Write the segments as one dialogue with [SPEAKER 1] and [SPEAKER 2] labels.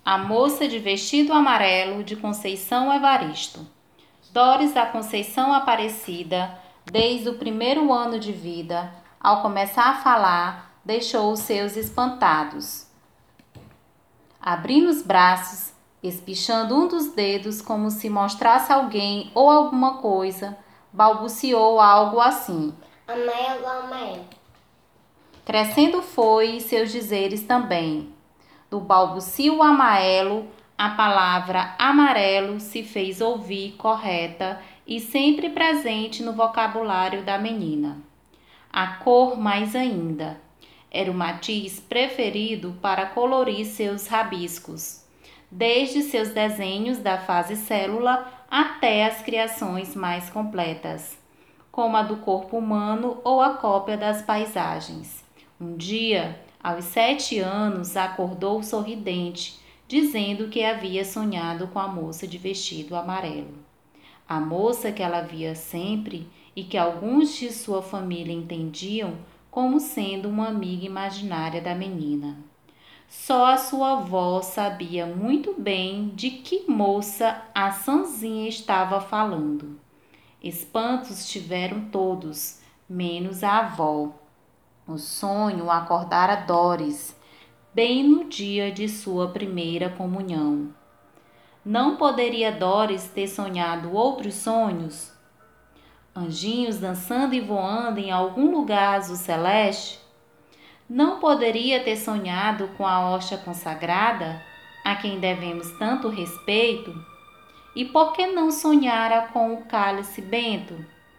[SPEAKER 1] A moça de vestido amarelo de Conceição Evaristo. Doris da Conceição Aparecida, desde o primeiro ano de vida, ao começar a falar, deixou os seus espantados. Abrindo os braços, espichando um dos dedos como se mostrasse alguém ou alguma coisa, balbuciou algo assim:
[SPEAKER 2] Amarelo, amarelo.
[SPEAKER 1] Crescendo foi e seus dizeres também. Do balbucio amarelo, a palavra amarelo se fez ouvir correta e sempre presente no vocabulário da menina. A cor mais ainda. Era o matiz preferido para colorir seus rabiscos, desde seus desenhos da fase célula até as criações mais completas, como a do corpo humano ou a cópia das paisagens. Um dia, aos 7 anos, acordou sorridente, dizendo que havia sonhado com a moça de vestido amarelo. A moça que ela via sempre e que alguns de sua família entendiam como sendo uma amiga imaginária da menina. Só a sua avó sabia muito bem de que moça a Sanzinha estava falando. Espantos tiveram todos, menos a avó. O sonho acordara Doris, bem no dia de sua primeira comunhão. Não poderia Doris ter sonhado outros sonhos? Anjinhos dançando e voando em algum lugar azul celeste? Não poderia ter sonhado com a hóstia consagrada, a quem devemos tanto respeito? E por que não sonhara com o cálice bento?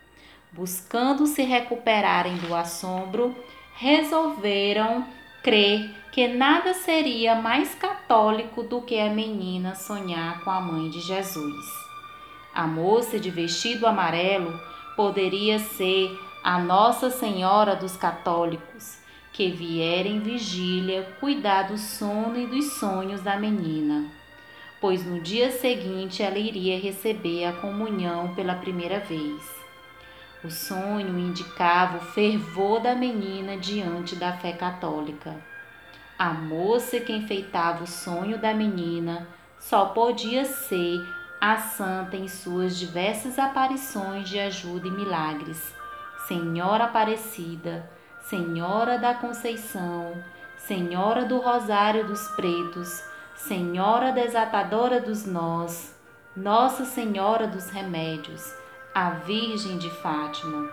[SPEAKER 1] Buscando se recuperarem do assombro, resolveram crer que nada seria mais católico do que a menina sonhar com a mãe de Jesus. A moça de vestido amarelo poderia ser a Nossa Senhora dos Católicos, que viera em vigília cuidar do sono e dos sonhos da menina, pois no dia seguinte ela iria receber a comunhão pela primeira vez. O sonho indicava o fervor da menina diante da fé católica. A moça que enfeitava o sonho da menina só podia ser a santa em suas diversas aparições de ajuda e milagres. Senhora Aparecida, Senhora da Conceição, Senhora do Rosário dos Pretos, Senhora Desatadora dos Nós, Nossa Senhora dos Remédios, a Virgem de Fátima.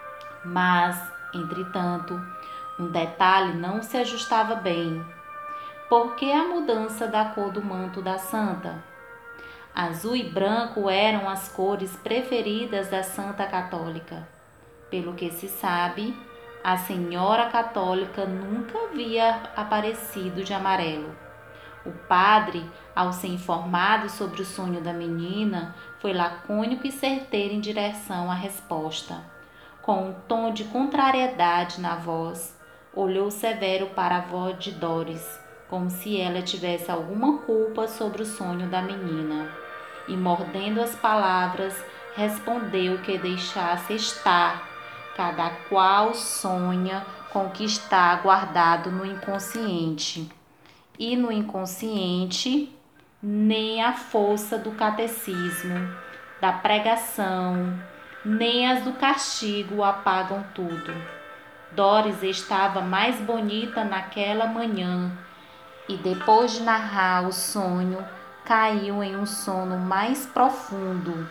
[SPEAKER 1] Mas, entretanto, um detalhe não se ajustava bem. Por que a mudança da cor do manto da santa? Azul e branco eram as cores preferidas da santa católica. Pelo que se sabe, a senhora católica nunca havia aparecido de amarelo. O padre, ao ser informado sobre o sonho da menina, foi lacônico e certeiro em direção à resposta. Com um tom de contrariedade na voz, olhou severo para a avó de Doris, como se ela tivesse alguma culpa sobre o sonho da menina. E, mordendo as palavras, respondeu que deixasse estar. Cada qual sonha com o que está guardado no inconsciente. E no inconsciente, nem a força do catecismo, da pregação, nem as do castigo apagam tudo. Doris estava mais bonita naquela manhã e depois de narrar o sonho, caiu em um sono mais profundo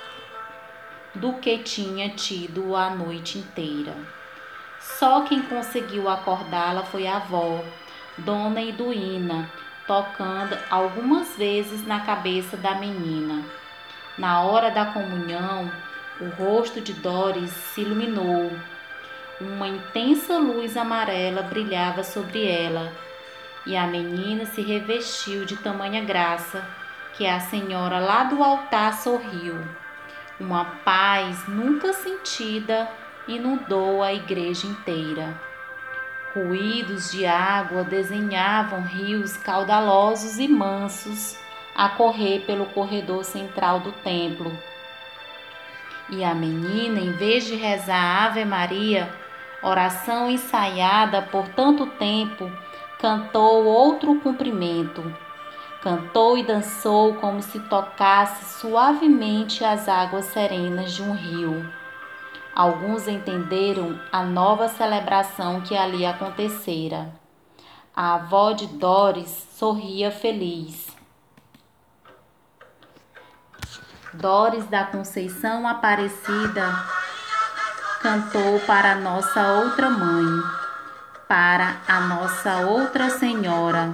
[SPEAKER 1] do que tinha tido a noite inteira. Só quem conseguiu acordá-la foi a avó, Dona Iduína, tocando algumas vezes na cabeça da menina. Na hora da comunhão, o rosto de Doris se iluminou. Uma intensa luz amarela brilhava sobre ela, e a menina se revestiu de tamanha graça que a senhora lá do altar sorriu. Uma paz nunca sentida inundou a igreja inteira. Ruídos de água desenhavam rios caudalosos e mansos a correr pelo corredor central do templo. E a menina, em vez de rezar a Ave Maria, oração ensaiada por tanto tempo, cantou outro cumprimento. Cantou e dançou como se tocasse suavemente as águas serenas de um rio. Alguns entenderam a nova celebração que ali acontecera. A avó de Doris sorria feliz. Doris da Conceição Aparecida cantou para a nossa outra mãe, para a nossa outra senhora.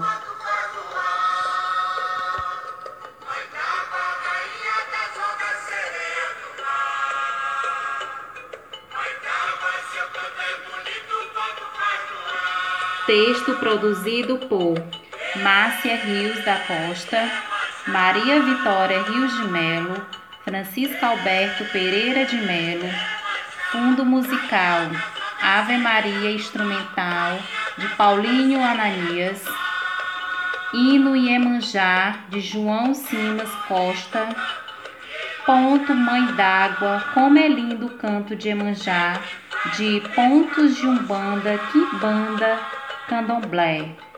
[SPEAKER 1] Texto produzido por Márcia Rios da Costa, Maria Vitória Rios de Melo, Francisco Alberto Pereira de Melo. Fundo musical Ave Maria Instrumental de Paulinho Ananias. Hino Iemanjá de João Simas Costa. Ponto Mãe d'Água, como é lindo o canto de Iemanjá, de Pontos de Umbanda, Quimbanda, Candomblé.